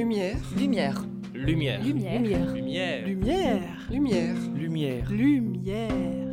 Lumière. Lumière. Lumière. Lumière. Lumière. Lumière. Lumière. Lumière. Lumière.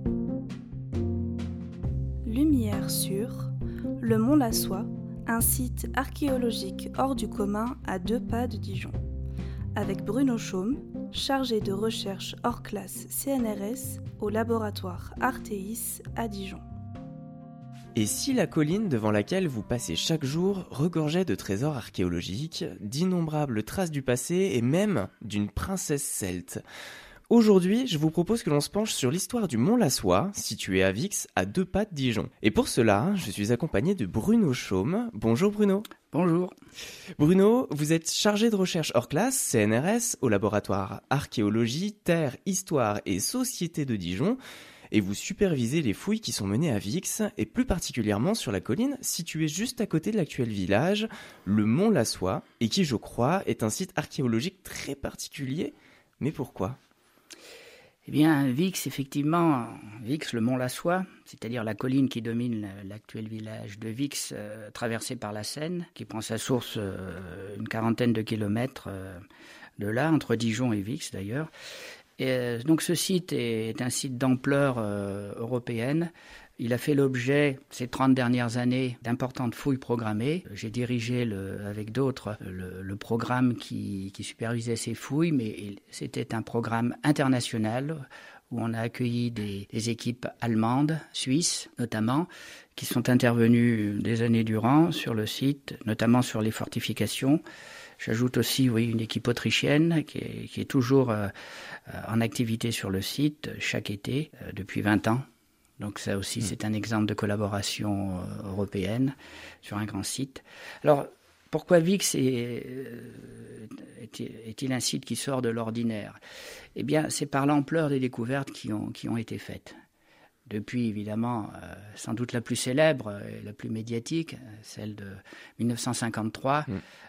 Lumière sur le Mont Lassois, un site archéologique hors du commun à 2 pas de Dijon. Avec Bruno Chaume, chargé de recherche hors classe CNRS au laboratoire Artéis à Dijon. Et si la colline devant laquelle vous passez chaque jour regorgeait de trésors archéologiques, d'innombrables traces du passé et même d'une princesse celte? Aujourd'hui, je vous propose que l'on se penche sur l'histoire du Mont Lassois, situé à Vix, à 2 pas de Dijon. Et pour cela, je suis accompagné de Bruno Chaume. Bonjour Bruno. Bonjour. Bruno, vous êtes chargé de recherche hors classe, CNRS, au laboratoire Archéologie, Terre, Histoire et Société de Dijon. Et vous supervisez les fouilles qui sont menées à Vix, et plus particulièrement sur la colline située juste à côté de l'actuel village, le Mont Lassois, et qui, je crois, est un site archéologique très particulier. Mais pourquoi ? Eh bien, Vix, effectivement, Vix, le Mont Lassois, c'est-à-dire la colline qui domine l'actuel village de Vix, traversé par la Seine, qui prend sa source une quarantaine de kilomètres de là, entre Dijon et Vix d'ailleurs. Et donc ce site est un site d'ampleur européenne. Il a fait l'objet, ces 30 dernières années, d'importantes fouilles programmées. J'ai dirigé avec d'autres le programme qui supervisait ces fouilles, mais c'était un programme international où on a accueilli des équipes allemandes, suisses notamment, qui sont intervenues des années durant sur le site, notamment sur les fortifications. J'ajoute aussi une équipe autrichienne qui est toujours en activité sur le site chaque été depuis 20 ans. Donc ça aussi, c'est un exemple de collaboration européenne sur un grand site. Alors, pourquoi Vix est-il un site qui sort de l'ordinaire ? Eh bien, c'est par l'ampleur des découvertes qui ont été faites. Depuis, évidemment, sans doute la plus célèbre et la plus médiatique, celle de 1953,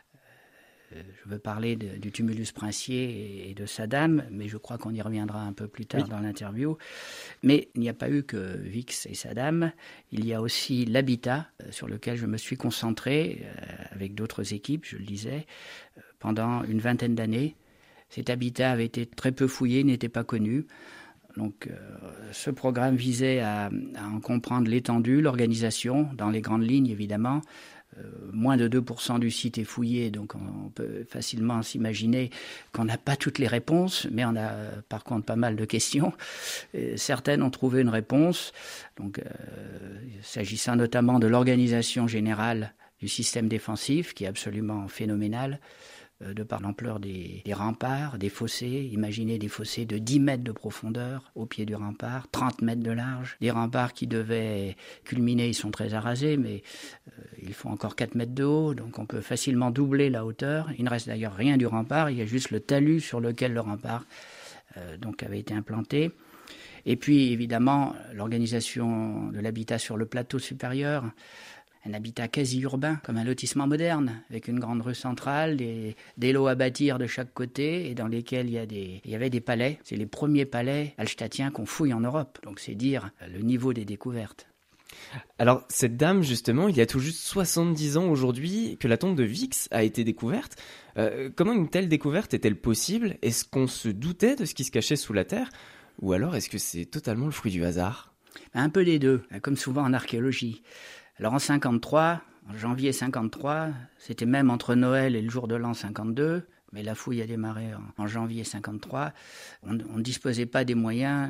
je veux parler du tumulus princier et de sa dame, mais je crois qu'on y reviendra un peu plus tard dans l'interview. Mais il n'y a pas eu que Vix et sa dame, il y a aussi l'habitat sur lequel je me suis concentré avec d'autres équipes, je le disais, pendant une vingtaine d'années. Cet habitat avait été très peu fouillé, n'était pas connu. Donc, ce programme visait à en comprendre l'étendue, l'organisation, dans les grandes lignes évidemment. Moins de 2% du site est fouillé, donc on peut facilement s'imaginer qu'on n'a pas toutes les réponses, mais on a par contre pas mal de questions. Certaines ont trouvé une réponse, donc s'agissant notamment de l'organisation générale du système défensif, qui est absolument phénoménal, de par l'ampleur des remparts, des fossés. Imaginez des fossés de 10 mètres de profondeur au pied du rempart, 30 mètres de large. Des remparts qui devaient culminer, ils sont très arasés, mais ils font encore 4 mètres de haut, donc on peut facilement doubler la hauteur. Il ne reste d'ailleurs rien du rempart, il y a juste le talus sur lequel le rempart donc avait été implanté. Et puis évidemment, l'organisation de l'habitat sur le plateau supérieur, un habitat quasi urbain, comme un lotissement moderne, avec une grande rue centrale, des lots à bâtir de chaque côté, et dans lesquels il y avait des palais. C'est les premiers palais hallstattiens qu'on fouille en Europe. Donc c'est dire le niveau des découvertes. Alors, cette dame, justement, il y a tout juste 70 ans aujourd'hui que la tombe de Vix a été découverte. Comment une telle découverte est-elle possible ? Est-ce qu'on se doutait de ce qui se cachait sous la terre ? Ou alors est-ce que c'est totalement le fruit du hasard ? Un peu des deux, comme souvent en archéologie. Alors en janvier 53, c'était même entre Noël et le jour de l'an 52, mais la fouille a démarré en janvier 53. On ne disposait pas des moyens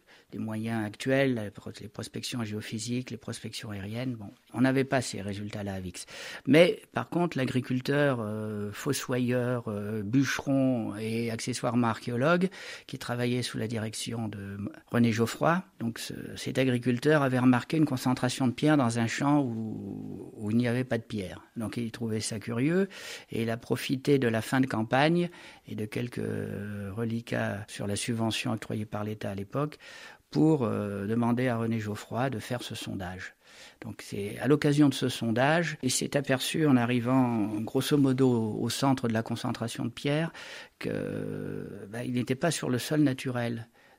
actuels, les prospections géophysiques, les prospections aériennes. Bon, on n'avait pas ces résultats-là à Vix. Mais par contre, l'agriculteur, fossoyeur, bûcheron et accessoirement archéologue, qui travaillait sous la direction de René Geoffroy, donc cet agriculteur avait remarqué une concentration de pierres dans un champ où il n'y avait pas de pierre. Donc il trouvait ça curieux et il a profité de la fin de campagne et de quelques reliquats sur la subvention octroyée par l'État à l'époque pour demander à René Geoffroy de faire ce sondage. Donc c'est à l'occasion de ce sondage, il s'est aperçu en arrivant grosso modo au centre de la concentration de pierre qu'il n'était pas sur le sol naturel.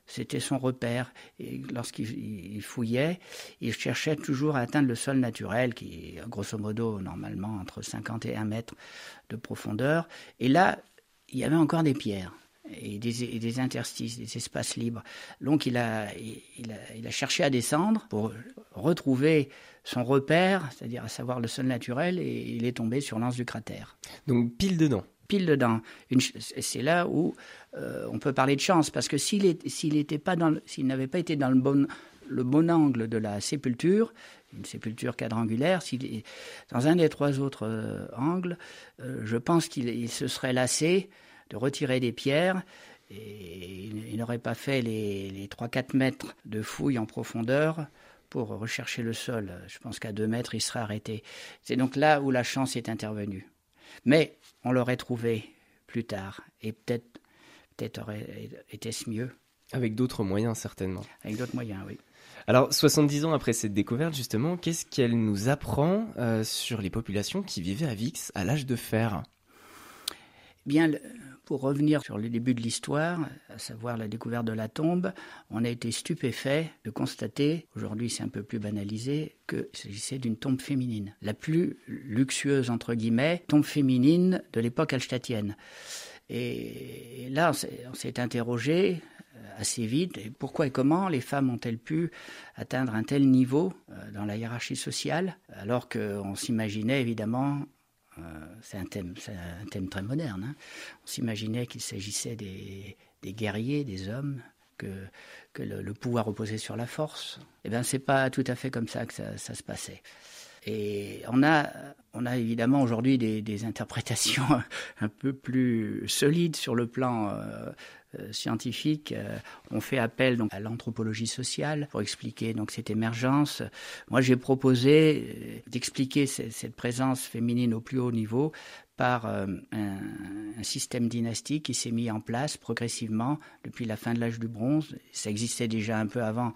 c'était son repère. Et lorsqu'il fouillait, il cherchait toujours à atteindre le sol naturel, qui est grosso modo, normalement, entre 50 et 1 mètre de profondeur. Et là, il y avait encore des pierres et des interstices, des espaces libres. Donc il a cherché à descendre pour retrouver son repère, c'est-à-dire à savoir le sol naturel, et il est tombé sur l'anse du cratère. Donc pile dedans. Pile dedans. C'est là où on peut parler de chance, parce que s'il n'avait pas été dans le bon angle de la sépulture, une sépulture quadrangulaire, s'il est dans un des 3 autres angles, je pense qu'il se serait lassé de retirer des pierres, et il n'aurait pas fait les 3-4 mètres de fouille en profondeur pour rechercher le sol. Je pense qu'à 2 mètres, il serait arrêté. C'est donc là où la chance est intervenue. Mais on l'aurait trouvé plus tard, et peut-être était-ce mieux. Avec d'autres moyens, certainement. Avec d'autres moyens, oui. Alors, 70 ans après cette découverte, justement, qu'est-ce qu'elle nous apprend sur les populations qui vivaient à Vix à l'âge de fer ? Bien, pour revenir sur le début de l'histoire, à savoir la découverte de la tombe, on a été stupéfait de constater, aujourd'hui c'est un peu plus banalisé, qu'il s'agissait d'une tombe féminine. La plus luxueuse, entre guillemets, tombe féminine de l'époque hallstattienne. Et là, on s'est interrogé assez vite, et pourquoi et comment les femmes ont-elles pu atteindre un tel niveau dans la hiérarchie sociale, alors qu'on s'imaginait évidemment... c'est un thème très moderne. Hein. On s'imaginait qu'il s'agissait des guerriers, des hommes, que le pouvoir reposait sur la force. Eh bien, c'est pas tout à fait comme ça que ça se passait. Et on a évidemment aujourd'hui des interprétations un peu plus solides sur le plan scientifique. On fait appel donc à l'anthropologie sociale pour expliquer donc cette émergence. Moi, j'ai proposé d'expliquer cette présence féminine au plus haut niveau par un système dynastique qui s'est mis en place progressivement depuis la fin de l'âge du bronze. Ça existait déjà un peu avant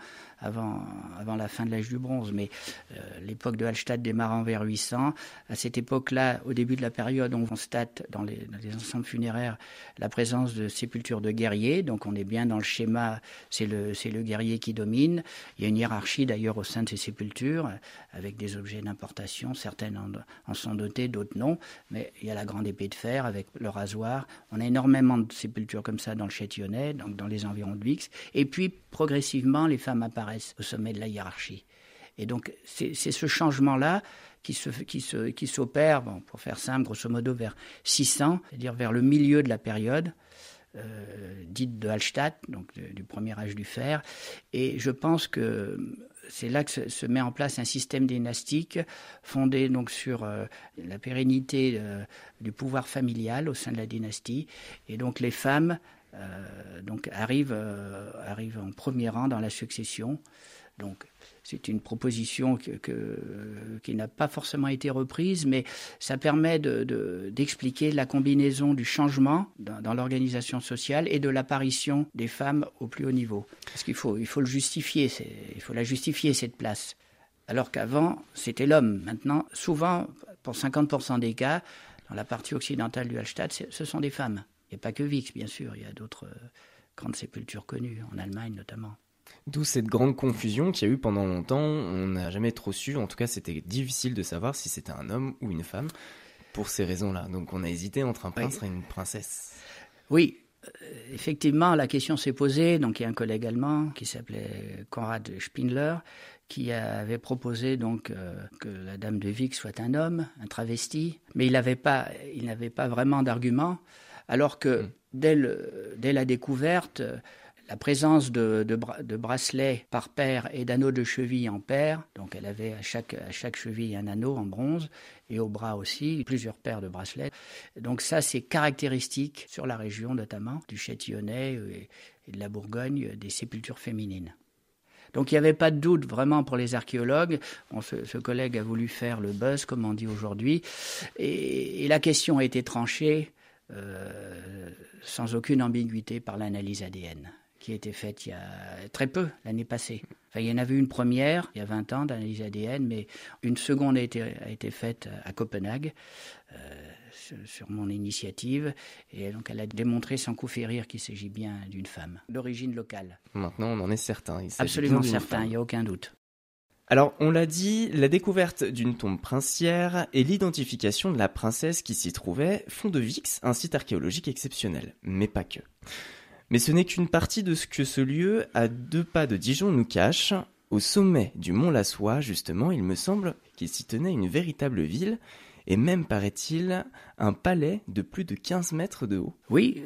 la fin de l'âge du bronze, mais l'époque de Hallstatt démarrant vers 800. À cette époque-là, au début de la période, on constate dans les ensembles funéraires la présence de sépultures de guerriers. Donc on est bien dans le schéma, c'est le guerrier qui domine. Il y a une hiérarchie d'ailleurs au sein de ces sépultures, avec des objets d'importation. Certaines en sont dotées, d'autres non. Mais il y a la grande épée de fer avec le rasoir. On a énormément de sépultures comme ça dans le Châtillonnais, donc dans les environs de Vix. Et puis progressivement, les femmes apparaissent au sommet de la hiérarchie. Et donc c'est ce changement-là qui s'opère, bon, pour faire simple, grosso modo vers 600, c'est-à-dire vers le milieu de la période dite de Hallstatt, donc du premier âge du fer. Et je pense que c'est là que se met en place un système dynastique fondé donc sur la pérennité du pouvoir familial au sein de la dynastie. Et donc les femmes donc arrivent en premier rang dans la succession. Donc c'est une proposition qui n'a pas forcément été reprise, mais ça permet d'expliquer la combinaison du changement dans l'organisation sociale et de l'apparition des femmes au plus haut niveau. Parce qu'il faut le justifier, il faut la justifier cette place. Alors qu'avant, c'était l'homme. Maintenant, souvent, pour 50% des cas, dans la partie occidentale du Hallstatt, ce sont des femmes. Il n'y a pas que Vix, bien sûr, il y a d'autres grandes sépultures connues, en Allemagne notamment. D'où cette grande confusion qu'il y a eu pendant longtemps. On n'a jamais trop su, en tout cas c'était difficile de savoir si c'était un homme ou une femme pour ces raisons-là. Donc on a hésité entre un prince et une princesse. Oui, effectivement la question s'est posée. Donc il y a un collègue allemand qui s'appelait Konrad Spindler qui avait proposé donc que la dame de Vix soit un homme, un travesti, mais il n'avait pas vraiment d'argument, alors que dès la découverte, la présence de bracelets par paire et d'anneaux de cheville en paire, donc elle avait à chaque cheville un anneau en bronze, et au bras aussi, plusieurs paires de bracelets. Donc ça, c'est caractéristique sur la région notamment du Châtillonnais et de la Bourgogne, des sépultures féminines. Donc il n'y avait pas de doute vraiment pour les archéologues. Ce collègue a voulu faire le buzz, comme on dit aujourd'hui, et la question a été tranchée sans aucune ambiguïté par l'analyse ADN, qui a été faite il y a très peu, l'année passée. Enfin, il y en avait une première, il y a 20 ans, d'analyse ADN, mais une seconde a été faite à Copenhague. sur mon initiative. Et donc elle a démontré sans coup férir qu'il s'agit bien d'une femme d'origine locale. Maintenant, on en est certain. Absolument certain, il n'y a aucun doute. Alors, on l'a dit, la découverte d'une tombe princière et l'identification de la princesse qui s'y trouvait font de Vix un site archéologique exceptionnel, mais pas que. Mais ce n'est qu'une partie de ce que ce lieu, à 2 pas de Dijon, nous cache. Au sommet du mont Lassois, justement, il me semble qu'il s'y tenait une véritable ville, et même, paraît-il, un palais de plus de 15 mètres de haut. Oui,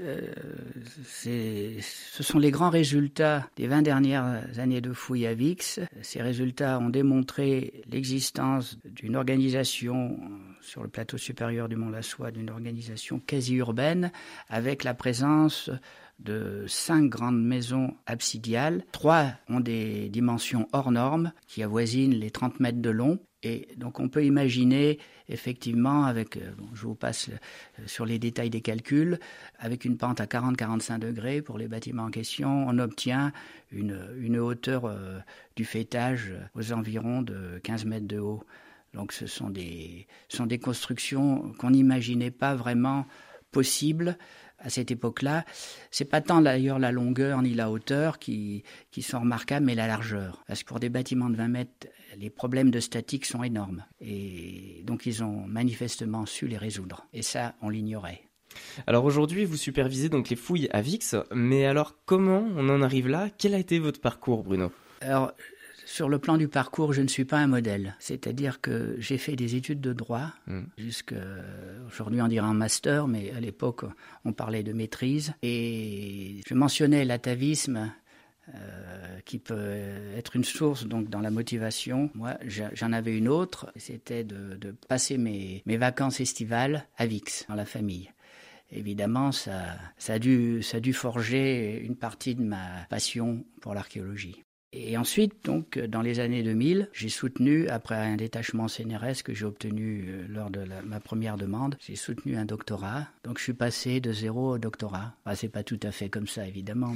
ce sont les grands résultats des 20 dernières années de fouilles à Vix. Ces résultats ont démontré l'existence d'une organisation sur le plateau supérieur du mont Lassois, d'une organisation quasi urbaine, avec la présence de 5 grandes maisons absidiales. 3 ont des dimensions hors normes qui avoisinent les 30 mètres de long. Et donc on peut imaginer effectivement, je vous passe sur les détails des calculs, avec une pente à 40-45 degrés pour les bâtiments en question, on obtient une hauteur du faîtage aux environs de 15 mètres de haut. Donc ce sont des constructions qu'on n'imaginait pas vraiment possibles à cette époque-là. C'est pas tant d'ailleurs la longueur ni la hauteur qui sont remarquables, mais la largeur. Parce que pour des bâtiments de 20 mètres, les problèmes de statique sont énormes. Et donc ils ont manifestement su les résoudre. Et ça, on l'ignorait. Alors aujourd'hui, vous supervisez donc les fouilles à Vix, mais alors comment on en arrive là ? Quel a été votre parcours, Bruno ? Alors, sur le plan du parcours, je ne suis pas un modèle. C'est-à-dire que j'ai fait des études de droit, aujourd'hui on dirait un master, mais à l'époque on parlait de maîtrise. Et je mentionnais l'atavisme qui peut être une source donc dans la motivation. Moi, j'en avais une autre, c'était de passer mes vacances estivales à Vix, dans la famille. Évidemment, ça a dû forger une partie de ma passion pour l'archéologie. Et ensuite, donc, dans les années 2000, j'ai soutenu, après un détachement CNRS que j'ai obtenu lors de ma première demande, j'ai soutenu un doctorat. Donc, je suis passé de 0 au doctorat. Enfin, c'est pas tout à fait comme ça, évidemment,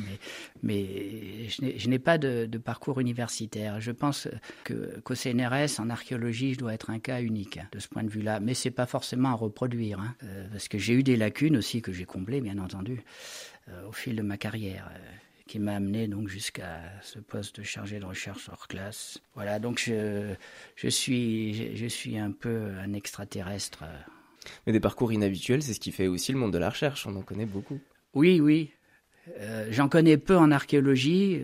mais je n'ai pas de parcours universitaire. Je pense qu'au CNRS, en archéologie, je dois être un cas unique de ce point de vue-là. Mais c'est pas forcément à reproduire, parce que j'ai eu des lacunes aussi que j'ai comblées, bien entendu, au fil de ma carrière. Qui m'a amené donc jusqu'à ce poste de chargé de recherche hors classe. Voilà, donc je suis un peu un extraterrestre. Mais des parcours inhabituels, c'est ce qui fait aussi le monde de la recherche, on en connaît beaucoup. Oui. J'en connais peu en archéologie,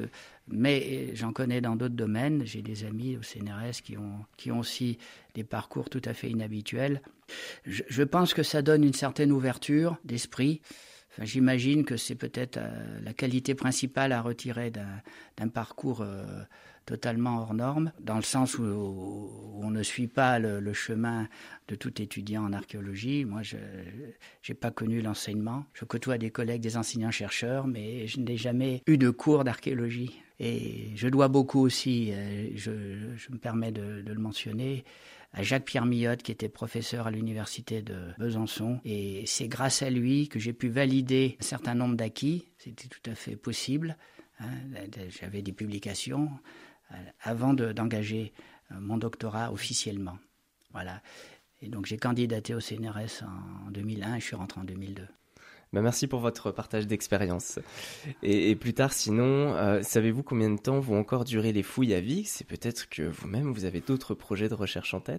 mais j'en connais dans d'autres domaines. J'ai des amis au CNRS qui ont aussi des parcours tout à fait inhabituels. Je pense que ça donne une certaine ouverture d'esprit. Enfin, j'imagine que c'est peut-être la qualité principale à retirer d'un parcours totalement hors norme, dans le sens où on ne suit pas le chemin de tout étudiant en archéologie. Moi, je n'ai pas connu l'enseignement. Je côtoie des collègues, des enseignants-chercheurs, mais je n'ai jamais eu de cours d'archéologie. Et je dois beaucoup aussi, je me permets de le mentionner, à Jacques-Pierre Millotte, qui était professeur à l'université de Besançon. Et c'est grâce à lui que j'ai pu valider un certain nombre d'acquis. C'était tout à fait possible. J'avais des publications avant d'engager mon doctorat officiellement. Voilà. Et donc j'ai candidaté au CNRS en 2001 et je suis rentré en 2002. Merci pour votre partage d'expérience. Et plus tard, sinon, savez-vous combien de temps vont encore durer les fouilles à Vix ? Et peut-être que vous-même, vous avez d'autres projets de recherche en tête ?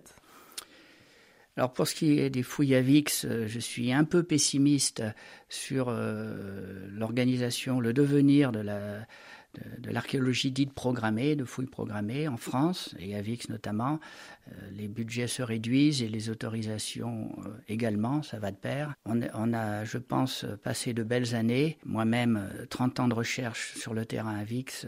Alors pour ce qui est des fouilles à Vix, je suis un peu pessimiste sur l'organisation, le devenir de l'archéologie dite programmée, de fouilles programmées en France, et à Vix notamment. Les budgets se réduisent et les autorisations également, ça va de pair. On a, je pense, passé de belles années. Moi-même, 30 ans de recherche sur le terrain à Vix,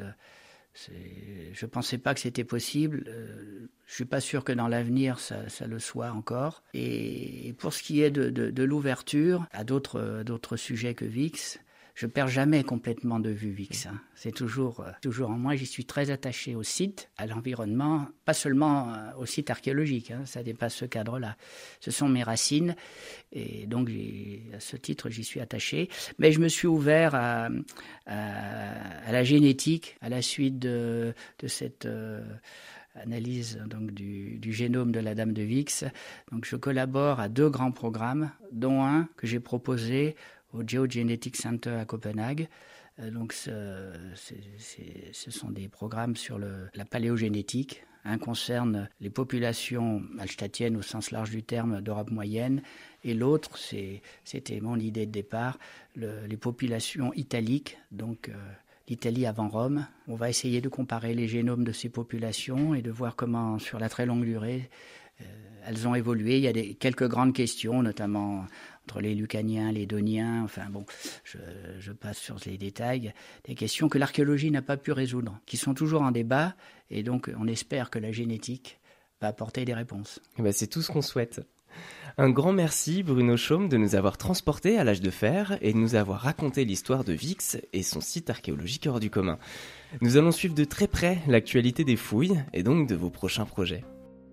je ne pensais pas que c'était possible. Je ne suis pas sûr que dans l'avenir, ça le soit encore. Et pour ce qui est de l'ouverture à d'autres sujets que Vix, je perds jamais complètement de vue Vix. C'est toujours en moi. J'y suis très attaché au site, à l'environnement, pas seulement au site archéologique. Ça dépasse ce cadre-là. Ce sont mes racines et donc à ce titre, j'y suis attaché. Mais je me suis ouvert à la génétique à la suite de cette analyse donc du génome de la Dame de Vix. Donc je collabore à 2 grands programmes, dont un que j'ai proposé au Geogenetic Center à Copenhague. Donc ce sont des programmes sur la paléogénétique. Un concerne les populations hallstattiennes au sens large du terme d'Europe moyenne, et l'autre, c'était mon idée de départ, les populations italiques, donc l'Italie avant Rome. On va essayer de comparer les génomes de ces populations et de voir comment, sur la très longue durée, elles ont évolué. Il y a quelques grandes questions, notamment entre les Lucaniens, les Doniens, enfin bon, je passe sur les détails, des questions que l'archéologie n'a pas pu résoudre, qui sont toujours en débat, et donc on espère que la génétique va apporter des réponses. C'est tout ce qu'on souhaite. Un grand merci Bruno Chaume de nous avoir transportés à l'âge de fer et de nous avoir raconté l'histoire de Vix et son site archéologique hors du commun. Nous allons suivre de très près l'actualité des fouilles et donc de vos prochains projets.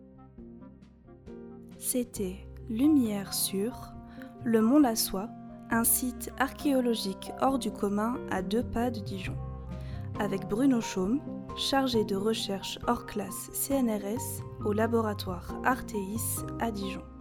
C'était Lumière sur le Mont Lassois, un site archéologique hors du commun à 2 pas de Dijon, avec Bruno Chaume, chargé de recherche hors classe CNRS au laboratoire Artéis à Dijon.